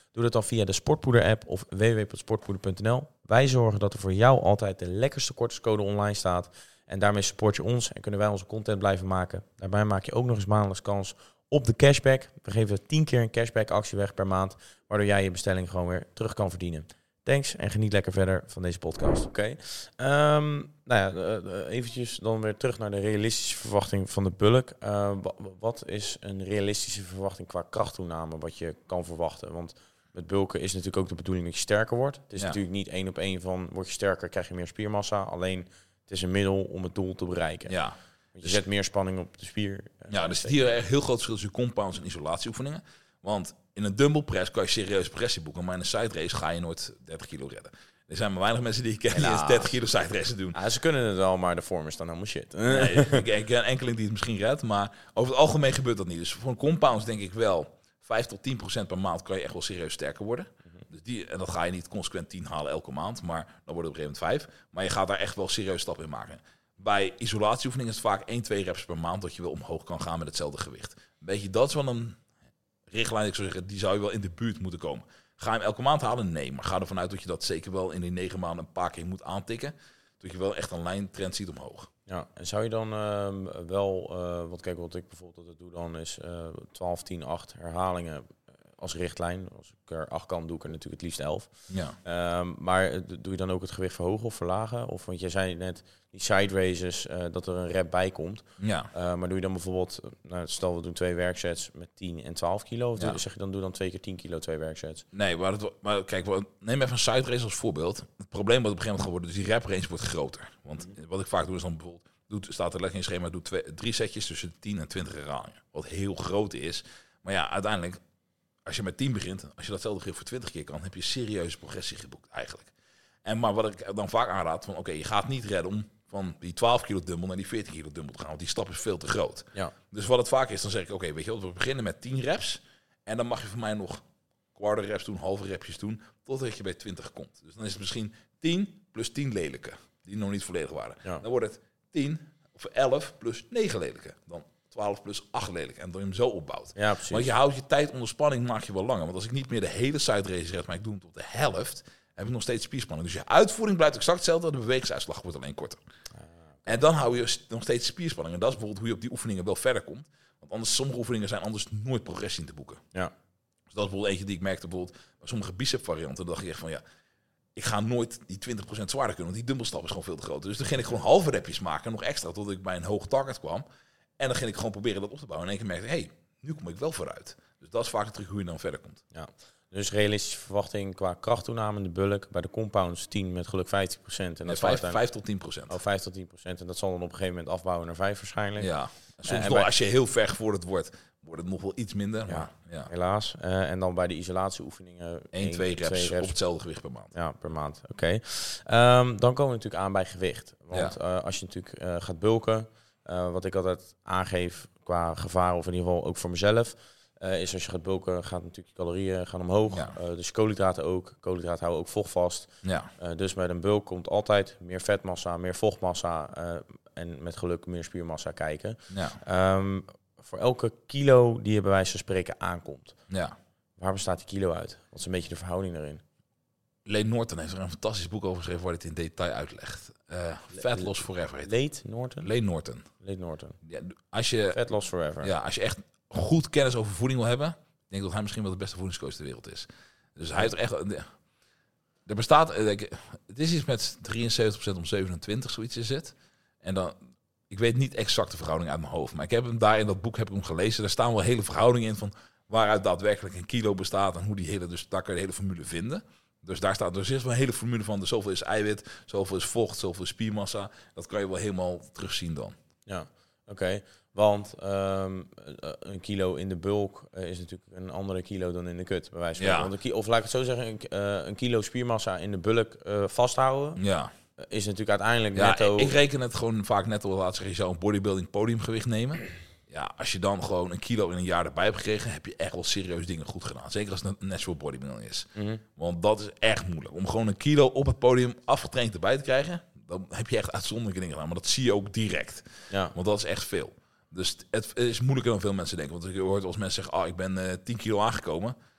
Doe dat dan via de Sportpoeder-app of w w w punt sportpoeder punt n l. Wij zorgen dat er voor jou altijd de lekkerste kortingscode online staat. En daarmee support je ons en kunnen wij onze content blijven maken. Daarbij maak je ook nog eens maandelijks kans op de cashback. We geven tien keer een cashback actie weg per maand, waardoor jij je bestelling gewoon weer terug kan verdienen. Thanks en geniet lekker verder van deze podcast. Oké. Okay. Um, nou ja, uh, eventjes dan weer terug naar de realistische verwachting van de bulk. Uh, wat is een realistische verwachting qua krachttoename wat je kan verwachten? Want met bulken is natuurlijk ook de bedoeling dat je sterker wordt. Het is ja. natuurlijk niet één op één van word je sterker, krijg je meer spiermassa. Alleen het is een middel om het doel te bereiken. Ja. Want je zet meer spanning op de spier. Uh, ja, dus hier een heel groot verschil tussen compounds en isolatieoefeningen. Want in een dumbbell press kan je serieus progressie boeken, maar in een side race ga je nooit dertig kilo redden. Er zijn maar weinig mensen die ik ken die eens dertig kilo side races doen. Ja, ze kunnen het wel, maar de vorm is dan helemaal shit. Nee, ik, ik ken enkeling die het misschien redt, maar over het algemeen gebeurt dat niet. Dus voor een compounds denk ik wel, vijf tot tien procent per maand kan je echt wel serieus sterker worden. Mm-hmm. Dus die, en dat ga je niet consequent tien halen elke maand, maar dan wordt het op een gegeven moment vijf. Maar je gaat daar echt wel serieus stappen in maken. Bij isolatieoefeningen is het vaak één, twee reps per maand dat je wel omhoog kan gaan met hetzelfde gewicht. Weet je, dat is wel een richtlijn, ik zou zeggen, die zou je wel in de buurt moeten komen. Ga je hem elke maand halen? Nee. Maar ga ervan uit dat je dat zeker wel in die negen maanden een paar keer moet aantikken. Dat je wel echt een lijntrend ziet omhoog. Ja, en zou je dan uh, wel, uh, want kijk, wat ik bijvoorbeeld altijd doe dan is uh, twaalf, tien, acht herhalingen als richtlijn. Als ik er acht kan, doe ik er natuurlijk het liefst elf. Ja. Um, maar doe je dan ook het gewicht verhogen of verlagen? Of, want jij zei net, die side races, uh, dat er een rep bij komt. Ja. Uh, maar doe je dan bijvoorbeeld, nou, stel we doen twee werksets met tien en twaalf kilo. Of ja. doe, zeg je dan, doe dan twee keer tien kilo, twee werksets? Nee, maar, het, maar kijk, neem even een side race als voorbeeld. Het probleem wat op een gegeven moment gaat worden, dus die rep range wordt groter. Want mm. wat ik vaak doe is dan bijvoorbeeld, doet, staat er lekker in schema, doe twee, drie setjes tussen tien en twintig herhalingen. Wat heel groot is. Maar ja, uiteindelijk, als je met tien begint, als je datzelfde geeft voor twintig keer kan, heb je serieuze progressie geboekt eigenlijk. En maar wat ik dan vaak aanraad, van oké, okay, je gaat niet redden om van die twaalf kilo dumbbell naar die veertien kilo dumbbell te gaan, want die stap is veel te groot. Ja. Dus wat het vaak is, dan zeg ik, oké, okay, weet je wat, we beginnen met tien reps en dan mag je voor mij nog kwart reps doen, halve repjes doen, totdat je bij twintig komt. Dus dan is het misschien tien plus tien lelijke, die nog niet volledig waren. Ja. Dan wordt het tien of elf plus negen lelijke. Dan twaalf plus acht lelijk. En dan je hem zo opbouwt. Ja, precies. Want je houdt je tijd onder spanning, maak je wel langer. Want als ik niet meer de hele side race red, maar ik doe hem tot de helft, heb ik nog steeds spierspanning. Dus je uitvoering blijft exact hetzelfde, de bewegingsuitslag wordt alleen korter. Ah, okay. En dan hou je nog steeds spierspanning. En dat is bijvoorbeeld hoe je op die oefeningen wel verder komt. Want anders, sommige oefeningen zijn anders nooit progressie te boeken. Ja. Dus dat is bijvoorbeeld eentje die ik merkte, bijvoorbeeld bij sommige bicep varianten, dacht ik echt van ja, ik ga nooit die twintig procent zwaarder kunnen, want die dumbbellstap is gewoon veel te groot. Dus dan ging ik gewoon halve repjes maken, nog extra, tot ik bij een hoog target kwam. En dan ging ik gewoon proberen dat op te bouwen. En in één keer merkte ik, hé, hey, nu kom ik wel vooruit. Dus dat is vaak de truc hoe je dan verder komt. Ja. Dus realistische verwachting qua krachttoename in de bulk. Bij de compounds tien met geluk vijftien procent. En dat nee, vijf tot tien procent. Oh, vijf tot tien procent. En dat zal dan op een gegeven moment afbouwen naar vijf waarschijnlijk. Ja. En soms uh, nog, bij... als je heel ver gevorderd wordt, wordt het nog wel iets minder. Ja, maar, ja. helaas. Uh, en dan bij de isolatieoefeningen één, twee reps, twee reps op hetzelfde gewicht per maand. Ja, per maand. Oké. Okay. Um, dan komen we natuurlijk aan bij gewicht. Want ja. uh, als je natuurlijk uh, gaat bulken, uh, wat ik altijd aangeef qua gevaar, of in ieder geval ook voor mezelf, uh, is als je gaat bulken, gaat natuurlijk je calorieën gaan omhoog. Ja. Uh, dus koolhydraten ook. Koolhydraten houden ook vocht vast. Ja. Uh, dus met een bulk komt altijd meer vetmassa, meer vochtmassa uh, en met geluk meer spiermassa kijken. Ja. Um, voor elke kilo die je bij wijze van spreken aankomt, ja. waar bestaat die kilo uit? Wat is een beetje de verhouding daarin? Lee Norton heeft er een fantastisch boek over geschreven waar hij het in detail uitlegt. Uh, Fat Loss Forever heet Lee Norton? Lee Norton. Lee Norton. Ja, als je, Fat Loss Forever. Ja, als je echt goed kennis over voeding wil hebben, denk ik dat hij misschien wel de beste voedingscoach ter wereld is. Dus hij heeft er echt... Er bestaat... Het is iets met drieënzeventig procent om zevenentwintig, zoiets is het. En dan... Ik weet niet exact de verhouding uit mijn hoofd, maar ik heb hem daar in dat boek heb ik hem gelezen. Daar staan wel hele verhoudingen in van waaruit daadwerkelijk een kilo bestaat en hoe die hele, dus daar kan je de hele formule vinden. Dus daar staat dus wel een hele formule van, dus zoveel is eiwit, zoveel is vocht, zoveel is spiermassa. Dat kan je wel helemaal terugzien dan. Ja, oké. Okay. Want um, een kilo in de bulk uh, is natuurlijk een andere kilo dan in de kut, bij wijze van. Ja. Want een ki- of laat ik het zo zeggen, een, uh, een kilo spiermassa in de bulk uh, vasthouden. Ja. Is natuurlijk uiteindelijk ja, netto... Ik, ik reken het gewoon vaak netto, laat zeggen, je zou een bodybuilding podiumgewicht nemen. Ja, als je dan gewoon een kilo in een jaar erbij hebt gekregen, heb je echt wel serieus dingen goed gedaan. Zeker als het een natural bodybuilding is. Mm-hmm. Want dat is echt moeilijk. Om gewoon een kilo op het podium afgetraind erbij te krijgen, dan heb je echt uitzonderlijke dingen gedaan. Maar dat zie je ook direct. Ja. Want dat is echt veel. Dus het is moeilijker dan veel mensen denken. Want ik hoor als mensen zeggen, ah, ik ben uh, tien kilo aangekomen.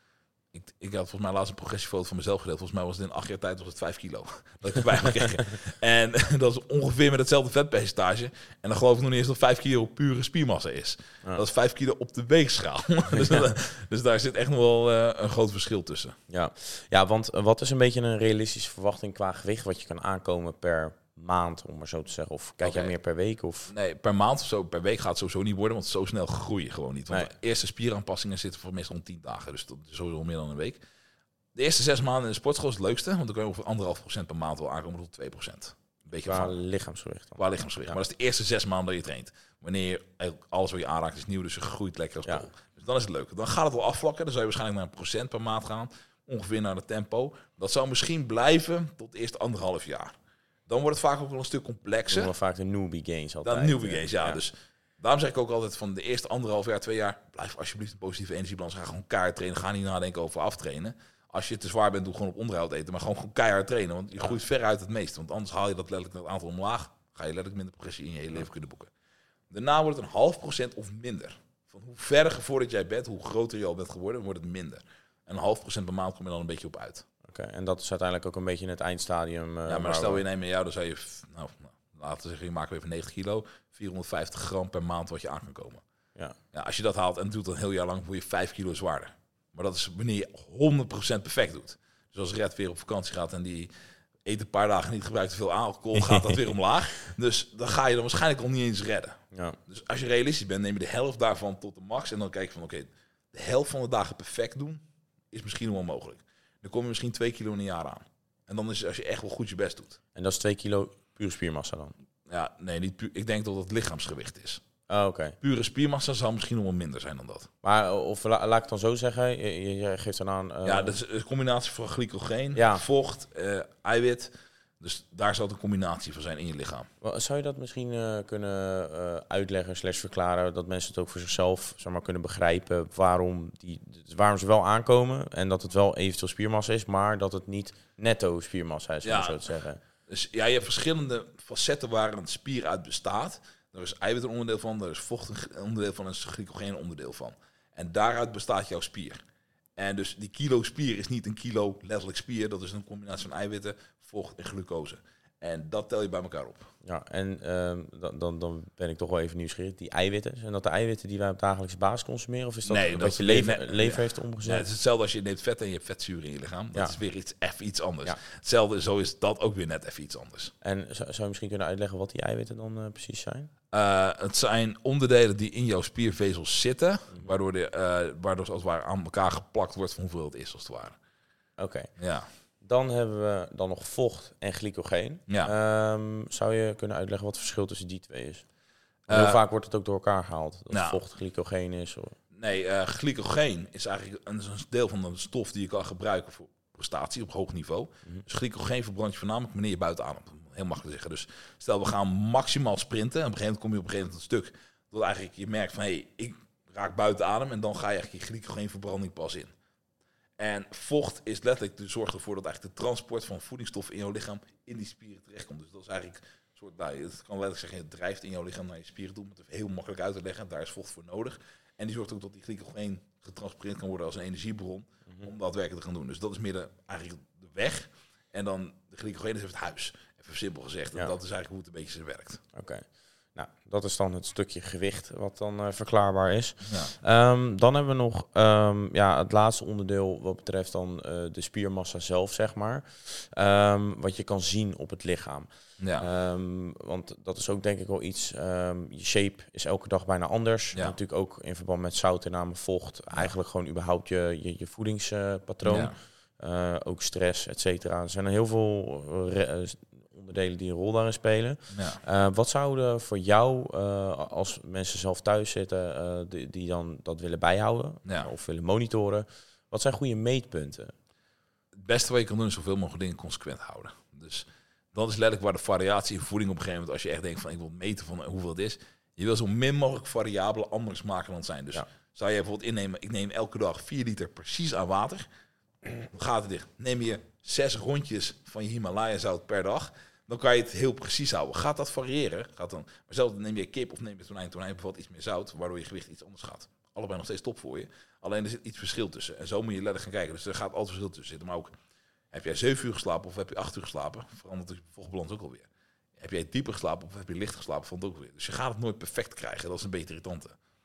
Ik, ik had volgens mij laatst een progressiefoto van mezelf gedeeld. Volgens mij was het in acht jaar tijd was het vijf kilo. Dat ik erbij heb gekregen. En dat is ongeveer met hetzelfde vetpercentage. En dan geloof ik nog niet eens dat vijf kilo pure spiermassa is. Ja. Dat is vijf kilo op de weegschaal. dus, ja. dus daar zit echt nog wel uh, een groot verschil tussen. Ja. ja, want wat is een beetje een realistische verwachting qua gewicht wat je kan aankomen per maand, om maar zo te zeggen? Of kijk okay. jij meer per week? Of? Nee, per maand of zo. Per week gaat het sowieso niet worden, want zo snel groei je gewoon niet. Want nee. de eerste spieraanpassingen zitten voor meestal om tien dagen. Dus dat is sowieso meer dan een week. De eerste zes maanden in de sportschool is het leukste, want dan kun je over anderhalf procent per maand wel aankomen tot twee procent. Een beetje qua van lichaamsgewicht dan. Qua lichaamsgewicht. Ja. Maar dat is de eerste zes maanden dat je traint. Wanneer je alles wat je aanraakt is nieuw, dus je groeit lekker als kool. Ja. Dus dan is het leuk. Dan gaat het wel afvlakken. Dan zou je waarschijnlijk naar een procent per maand gaan. Ongeveer naar het tempo. Dat zou misschien blijven tot eerst anderhalf jaar. Dan wordt het vaak ook wel een stuk complexer. Dan vaak de newbie gains altijd. Dan newbie gains, ja. ja. Dus daarom zeg ik ook altijd van de eerste anderhalf jaar, twee jaar, blijf alsjeblieft een positieve energiebalans. Ga gewoon keihard trainen. Ga niet nadenken over aftrainen. Als je te zwaar bent, doe gewoon op onderhoud eten. Maar gewoon, gewoon keihard trainen. Want je ja. groeit ver uit het meeste. Want anders haal je dat letterlijk het aantal omlaag. Ga je letterlijk minder progressie in je hele leven ja. kunnen boeken. Daarna wordt het een half procent of minder. Van hoe verder gevorderd jij bent, hoe groter je al bent geworden, wordt het minder. En een half procent per maand kom je dan een beetje op uit. Oké, okay, en dat is uiteindelijk ook een beetje in het eindstadium. Uh, ja, maar stel je neemt met jou, dan zou je, nou, nou, laten we zeggen, je maakt even negentig kilo, vierhonderdvijftig gram per maand wat je aan kan komen. Ja. Ja, als je dat haalt en doet dan een heel jaar lang, word je vijf kilo zwaarder. Maar dat is wanneer je honderd procent perfect doet. Dus als Red weer op vakantie gaat en die eet een paar dagen niet, gebruikt te veel alcohol, gaat dat weer omlaag. Dus dan ga je dan waarschijnlijk al niet eens redden. Ja. Dus als je realistisch bent, neem je de helft daarvan tot de max en dan kijk je van oké, okay, de helft van de dagen perfect doen is misschien wel mogelijk. Dan kom je misschien twee kilo in een jaar aan. En dan is het als je echt wel goed je best doet. En dat is twee kilo pure spiermassa dan? Ja, nee, niet puur. Ik denk dat het lichaamsgewicht is. Oh, oké. Okay. Pure spiermassa zal misschien nog wel minder zijn dan dat. Maar of la, laat ik het dan zo zeggen, je, je, je geeft dan aan... Uh... Ja, dat is een combinatie van glycogeen, ja. vocht, uh, eiwit. Dus daar zal het een combinatie van zijn in je lichaam. Zou je dat misschien uh, kunnen uh, uitleggen slash verklaren, dat mensen het ook voor zichzelf zeg maar, kunnen begrijpen waarom, die, waarom ze wel aankomen en dat het wel eventueel spiermassa is, maar dat het niet netto spiermassa is, om ja. zo te zeggen. Dus ja, je hebt verschillende facetten waar een spier uit bestaat. Er is eiwit een onderdeel van, er is vocht een onderdeel van en er is glycogeen een onderdeel van. En daaruit bestaat jouw spier. En dus die kilo spier is niet een kilo letterlijk spier, dat is een combinatie van eiwitten, vocht en glucose. En dat tel je bij elkaar op. Ja, en uh, dan, dan, dan ben ik toch wel even nieuwsgierig. Die eiwitten, zijn dat de eiwitten die wij op dagelijkse basis consumeren? Of is dat nee, wat dat je lever, nee, lever ja. heeft omgezet? Ja, het is hetzelfde als je neemt vet en je hebt vetzuren in je lichaam. Dat ja. is weer iets, even iets anders. Ja. Hetzelfde, zo is dat ook weer net even iets anders. En zou je misschien kunnen uitleggen wat die eiwitten dan uh, precies zijn? Uh, het zijn onderdelen die in jouw spiervezels zitten, mm-hmm. waardoor, de, uh, waardoor ze als het ware aan elkaar geplakt wordt van hoeveel het is als het ware. Oké. Okay. Ja. Dan hebben we dan nog vocht en glycogeen. Ja. Um, zou je kunnen uitleggen wat het verschil tussen die twee is? Uh, Heel vaak wordt het ook door elkaar gehaald. Dat nou, vocht glycogeen is. Of... Nee, uh, glycogeen is eigenlijk een, een deel van de stof die je kan gebruiken voor prestatie op hoog niveau. Mm-hmm. Dus glycogeen verbrand je voornamelijk wanneer je buiten ademt. Heel makkelijk zeggen. Dus stel we gaan maximaal sprinten. En op een gegeven moment kom je op een gegeven moment een stuk dat eigenlijk je merkt van hé, hey, ik raak buiten adem. En dan ga je eigenlijk je glycogeenverbranding pas in. En vocht is letterlijk de zorg ervoor dat eigenlijk de transport van voedingsstoffen in jouw lichaam in die spieren terechtkomt. Dus dat is eigenlijk een soort, nou, het kan letterlijk zeggen, het drijft in jouw lichaam naar je spieren toe. Om het heel makkelijk uit te leggen. Daar is vocht voor nodig. En die zorgt ook dat die glycogeen getransporteerd kan worden als een energiebron mm-hmm. om dat werken te gaan doen. Dus dat is meer de, eigenlijk de weg. En dan de glycogeen is even het huis. Even simpel gezegd. Ja. En dat is eigenlijk hoe het een beetje werkt. Oké. Okay. Nou, dat is dan het stukje gewicht wat dan uh, verklaarbaar is. Ja. Um, dan hebben we nog um, ja, het laatste onderdeel wat betreft dan uh, de spiermassa zelf, zeg maar. Um, wat je kan zien op het lichaam. Ja. Um, want dat is ook denk ik wel iets, um, je shape is elke dag bijna anders. Ja. Natuurlijk ook in verband met zoutinname, vocht. Ja. Eigenlijk gewoon überhaupt je, je, je voedingspatroon. Uh, ja. uh, ook stress, et cetera. Er zijn er heel veel re- onderdelen die een rol daarin spelen. Ja. Uh, wat zouden voor jou, uh, als mensen zelf thuis zitten, uh, die, die dan dat willen bijhouden ja. of willen monitoren, wat zijn goede meetpunten? Het beste wat je kan doen is zoveel mogelijk dingen consequent houden. Dus dat is letterlijk waar de variatie in voeding op een gegeven moment, als je echt denkt van ik wil meten van hoeveel het is, je wil zo min mogelijk variabelen anders maken dan het zijn. Dus ja. zou je bijvoorbeeld innemen, ik neem elke dag vier liter precies aan water, dan gaat het dicht. Neem je zes rondjes van je Himalaya zout per dag, dan kan je het heel precies houden. Gaat dat variëren? Gaat dan, maar zelfs neem je kip of neem je tonijn, tonijn bevat iets meer zout, waardoor je gewicht iets anders gaat. allebei nog steeds top voor je. Alleen er zit iets verschil tussen. En zo moet je letterlijk gaan kijken. Dus er gaat altijd verschil tussen zitten. Maar ook, heb jij zeven uur geslapen of heb je acht uur geslapen? Verandert de vochtbalans ook alweer. Heb jij dieper geslapen of heb je licht geslapen? Vond ook weer. Dus je gaat het nooit perfect krijgen. Dat is een beetje irritant.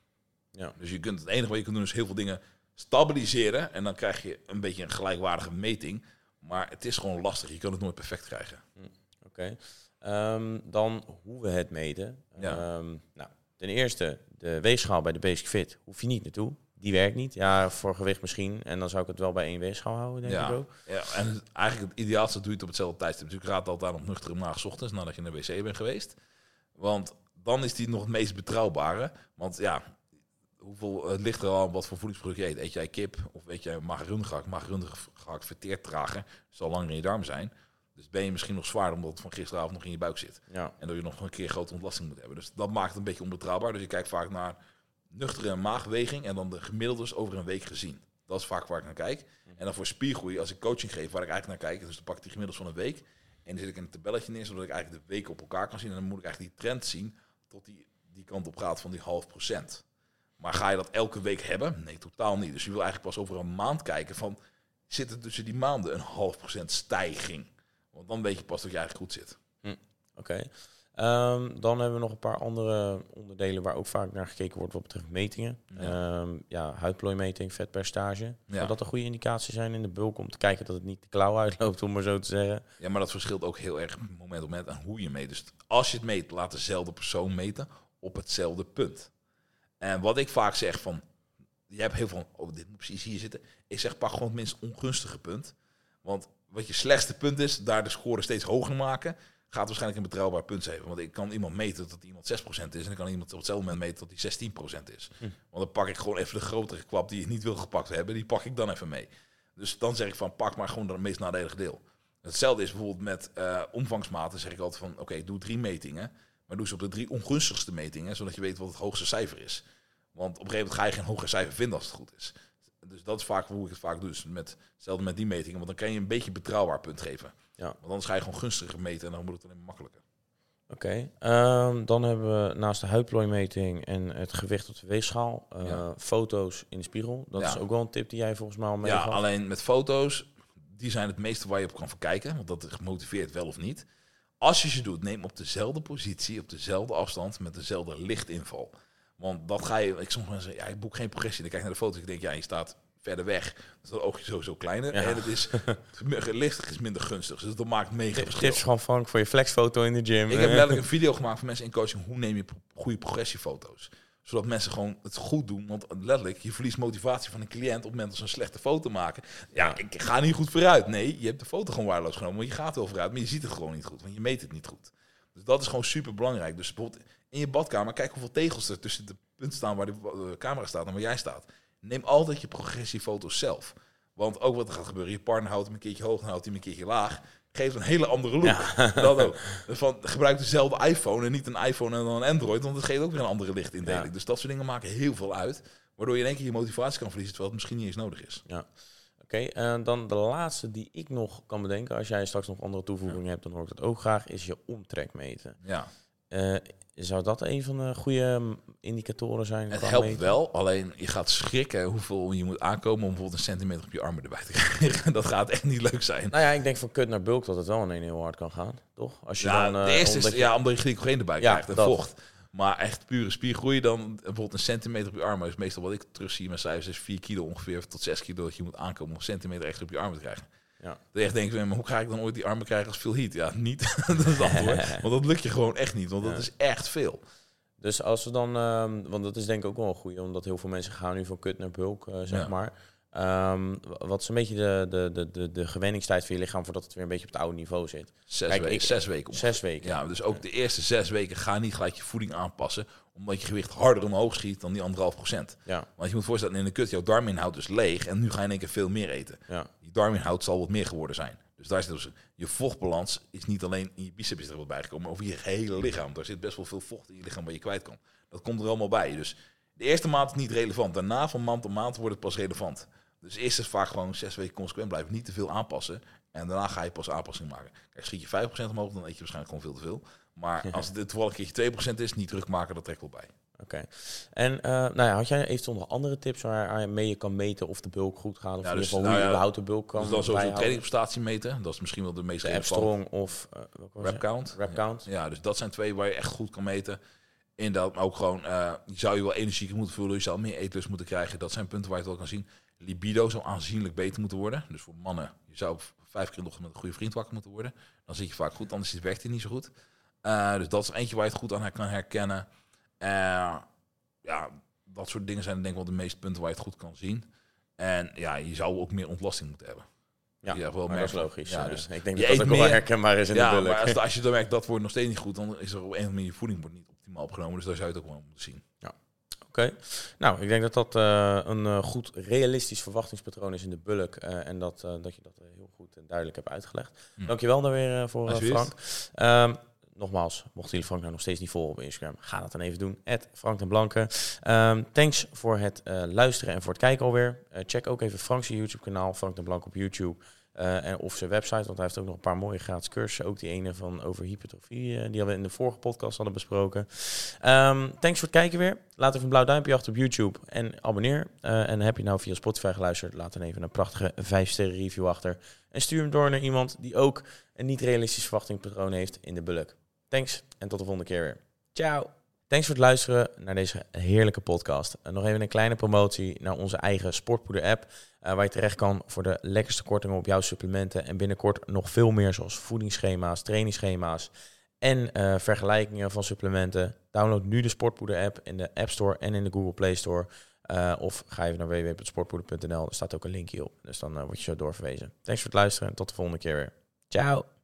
Ja. Dus je kunt, het enige wat je kunt doen is heel veel dingen stabiliseren. En dan krijg je een beetje een gelijkwaardige meting. Maar het is gewoon lastig. Je kan het nooit perfect krijgen. Hm, Oké. Okay. Um, dan hoe we het meten. Ja. Um, nou, ten eerste, de weegschaal bij de Basic Fit hoef je niet naartoe. Die werkt niet. Ja, voor gewicht misschien. En dan zou ik het wel bij één weegschaal houden, denk ja. ik ook. Ja, en het, eigenlijk het ideaalste doe je het op hetzelfde tijdstip. Dus ik raad altijd op nuchtere maag 's ochtends, nadat je naar de wc bent geweest. Want dan is die nog het meest betrouwbare. Want ja, hoeveel, het ligt er al aan wat voor voedingsproduct je eet. Eet jij kip of eet jij magerunde gehakt? Magerunde gehakt verteert trager. Zal langer in je darm zijn. Dus ben je misschien nog zwaar omdat het van gisteravond nog in je buik zit. Ja. En dat je nog een keer grote ontlasting moet hebben. Dus dat maakt het een beetje onbetrouwbaar. Dus je kijkt vaak naar nuchtere maagweging en dan de gemiddeldes over een week gezien. Dat is vaak waar ik naar kijk. En dan voor spiergroei, als ik coaching geef, waar ik eigenlijk naar kijk, dus dan pak ik die gemiddels van een week en dan zit ik een tabelletje neer, zodat ik eigenlijk de weken op elkaar kan zien. En dan moet ik eigenlijk die trend zien tot die, die kant op gaat van die half procent. Maar ga je dat elke week hebben? Nee, totaal niet. Dus je wil eigenlijk pas over een maand kijken van, zit er tussen die maanden een half procent stijging? Want dan weet je pas dat je eigenlijk goed zit. Hm, Oké. Okay. Um, dan hebben we nog een paar andere onderdelen waar ook vaak naar gekeken wordt wat betreft metingen. Ja, um, ja huidplooimeting, vetpercentage. Ja. Zou dat een goede indicatie zijn in de bulk om te kijken dat het niet de klauw uitloopt, om maar zo te zeggen? Ja, maar dat verschilt ook heel erg moment op moment aan hoe je meet. Dus als je het meet, laat dezelfde persoon meten op hetzelfde punt. En wat ik vaak zeg van, je hebt heel veel, oh, dit moet precies hier zitten. Ik zeg, pak gewoon het minst ongunstige punt. Want wat je slechtste punt is, daar de score steeds hoger maken, gaat waarschijnlijk een betrouwbaar punt zijn. Want ik kan iemand meten dat iemand zes procent is en ik kan iemand op hetzelfde moment meten dat hij zestien procent is. Hm. Want dan pak ik gewoon even de grotere kwap die je niet wil gepakt hebben, die pak ik dan even mee. Dus dan zeg ik van, pak maar gewoon het meest nadelige deel. Hetzelfde is bijvoorbeeld met uh, omvangsmaten, zeg ik altijd van, oké, okay, doe drie metingen, maar doe ze op de drie ongunstigste metingen, zodat je weet wat het hoogste cijfer is. Want op een gegeven moment ga je geen hoger cijfer vinden als het goed is. Dus dat is vaak hoe ik het vaak doe. Dus met, hetzelfde met die metingen. Want dan kan je een beetje betrouwbaar punt geven. Ja. Want anders ga je gewoon gunstiger meten en dan moet het alleen maar makkelijker. Oké. Okay. Um, dan hebben we naast de huidplooimeting en het gewicht op de weegschaal, uh, ja. foto's in de spiegel. Dat ja. is ook wel een tip die jij volgens mij al mee Ja, gaf. alleen met foto's, die zijn het meeste waar je op kan verkijken. Want dat motiveert wel of niet. Als je ze doet, neem op dezelfde positie, op dezelfde afstand, met dezelfde lichtinval. Want dat ga je, ik soms mensen zeggen, ja, ik boek geen progressie. Dan kijk ik naar de foto's en ik denk, ja, je staat verder weg. Dus dat oogje sowieso kleiner. Ja. En het is, licht is minder gunstig. Dus dat maakt mega verschil. Tips gewoon Frank voor je flexfoto in de gym. Ik heb letterlijk een video gemaakt voor mensen in coaching. Hoe neem je goede progressiefoto's? Zodat mensen gewoon het goed doen. Want letterlijk, je verliest motivatie van een cliënt op het moment dat ze een slechte foto maken. Ja, ik ga niet goed vooruit. Nee, je hebt de foto gewoon waardeloos genomen. Want je gaat wel vooruit, maar je ziet het gewoon niet goed. Want je meet het niet goed. Dus dat is gewoon super belangrijk. Dus bijvoorbeeld in je badkamer, kijk hoeveel tegels er tussen de punten staan waar de camera staat en waar jij staat. Neem altijd je progressiefoto's zelf. Want ook wat er gaat gebeuren, je partner houdt hem een keertje hoog en houdt hem een keertje laag. Geeft een hele andere look. Ja. Dat ook. Van, gebruik dezelfde iPhone en niet een iPhone en dan een Android, want dat geeft ook weer een andere lichtindeling. Ja. Dus dat soort dingen maken heel veel uit. Waardoor je in één keer je motivatie kan verliezen, terwijl het misschien niet eens nodig is. Ja. Oké, okay, en uh, dan de laatste die ik nog kan bedenken, als jij straks nog andere toevoegingen ja. hebt, dan hoor ik dat ook graag, is je omtrek meten. Ja. Uh, zou dat een van de goede indicatoren zijn? Het helpt meten? Wel, alleen je gaat schrikken hoeveel je moet aankomen om bijvoorbeeld een centimeter op je armen erbij te krijgen. Dat gaat echt niet leuk zijn. Nou ja, ik denk van kut naar bulk dat het wel ineens heel hard kan gaan, toch? Als je ja, dan, uh, de eerste omdat is je... ja, omdat je glycogeen erbij ja, krijgt en dat. vocht. Maar echt pure spiergroei, dan bijvoorbeeld een centimeter op je armen is meestal wat ik terug zie in mijn cijfers, is vier kilo ongeveer tot zes kilo dat je moet aankomen om een centimeter echt op je armen te krijgen. Ja. Dat je echt denkt, maar hoe ga ik dan ooit die armen krijgen als veel heat? Ja, niet. Dat is het antwoord. Want dat lukt je gewoon echt niet, want dat ja. is echt veel. Dus als we dan, um, want dat is denk ik ook wel een goeie, omdat heel veel mensen gaan nu van kut naar bulk, uh, zeg ja. maar. Um, wat is een beetje de, de, de, de, de gewenningstijd voor je lichaam voordat het weer een beetje op het oude niveau zit? Zes, Kijk, week, ik, zes weken. Ongeveer. Zes weken. Ja, dus ook ja. de eerste zes weken ga niet gelijk je voeding aanpassen, omdat je gewicht harder omhoog schiet dan die anderhalf procent. Ja. Want je moet voorstellen, in de kut, jouw darminhoud is leeg en nu ga je in één keer veel meer eten. Ja. Die darminhoud zal wat meer geworden zijn. Dus daar zit dus, je vochtbalans is niet alleen in je biceps is er wat bijgekomen, maar over je hele lichaam. Daar zit best wel veel vocht in je lichaam waar je kwijt kan. Dat komt er allemaal bij. Dus de eerste maand is niet relevant. Daarna van maand tot maand wordt het pas relevant. Dus eerst is vaak gewoon zes weken consequent blijven. Niet te veel aanpassen. En daarna ga je pas aanpassing maken. Kijk, schiet je vijf procent omhoog, dan eet je waarschijnlijk gewoon veel te veel. Maar ja. als het toevallig een keertje twee procent is, niet terugmaken, dat trekt wel bij. Oké. Okay. En uh, nou ja, had jij eventueel nog andere tips waarmee je kan meten of de bulk goed gaat? Of ja, in ieder geval dus, hoe nou je überhaupt de bulk kan dus dan sowieso trainingsprestatie meten. Dat is misschien wel de meest de F-strong of uh, rep count. Rep count. Ja. ja, dus dat zijn twee waar je echt goed kan meten. Inderdaad, maar ook gewoon, uh, je zou je wel energieker moeten voelen. Je zou meer eetlust moeten krijgen. Dat zijn punten waar je het wel kan zien. Libido zou aanzienlijk beter moeten worden. Dus voor mannen, je zou vijf keer nog met een goede vriend wakker moeten worden. Dan zit je vaak goed, anders werkt het niet zo goed. Uh, dus dat is eentje waar je het goed aan kan herkennen. Uh, ja, dat soort dingen zijn denk ik wel de meeste punten waar je het goed kan zien. En ja, je zou ook meer ontlasting moeten hebben. Ja, ja wel maar dat is logisch. Ja, dus ik denk dat dat dat ook wel herkenbaar is in ja, de bulk. Maar als, als je dan merkt dat wordt nog steeds niet goed, dan is er op een of andere manier je voeding wordt niet optimaal opgenomen. Dus daar zou je het ook wel moeten zien. Ja. Oké. Okay. Nou, ik denk dat dat uh, een uh, goed realistisch verwachtingspatroon is in de bulk. Uh, en dat, uh, dat je dat uh, heel goed en duidelijk hebt uitgelegd. Hm. Dankjewel daar weer uh, voor, uh, Frank. Um, Nogmaals, mochten jullie Frank nou nog steeds niet volgen op Instagram, ga dat dan even doen. at Frank den Blanke. Um, thanks voor het uh, luisteren en voor het kijken alweer. Uh, check ook even Frank's YouTube kanaal, Frank den Blanke op YouTube. Uh, en of zijn website, want hij heeft ook nog een paar mooie gratis cursussen. Ook die ene van over hypertrofie, uh, die we in de vorige podcast hadden besproken. Um, thanks voor het kijken weer. Laat even een blauw duimpje achter op YouTube en abonneer. Uh, en heb je nou via Spotify geluisterd, laat dan even een prachtige vijf sterren review achter. En stuur hem door naar iemand die ook een niet realistisch verwachtingspatroon heeft in de bulk. Thanks en tot de volgende keer weer. Ciao. Thanks voor het luisteren naar deze heerlijke podcast. Uh, nog even een kleine promotie naar onze eigen Sportpoeder app. Uh, waar je terecht kan voor de lekkerste kortingen op jouw supplementen. En binnenkort nog veel meer zoals voedingsschema's, trainingsschema's en uh, vergelijkingen van supplementen. Download nu de Sportpoeder app in de App Store en in de Google Play Store. Uh, of ga even naar w w w punt sportpoeder punt n l. Er staat ook een linkje op. Dus dan uh, word je zo doorverwezen. Thanks voor het luisteren en tot de volgende keer weer. Ciao.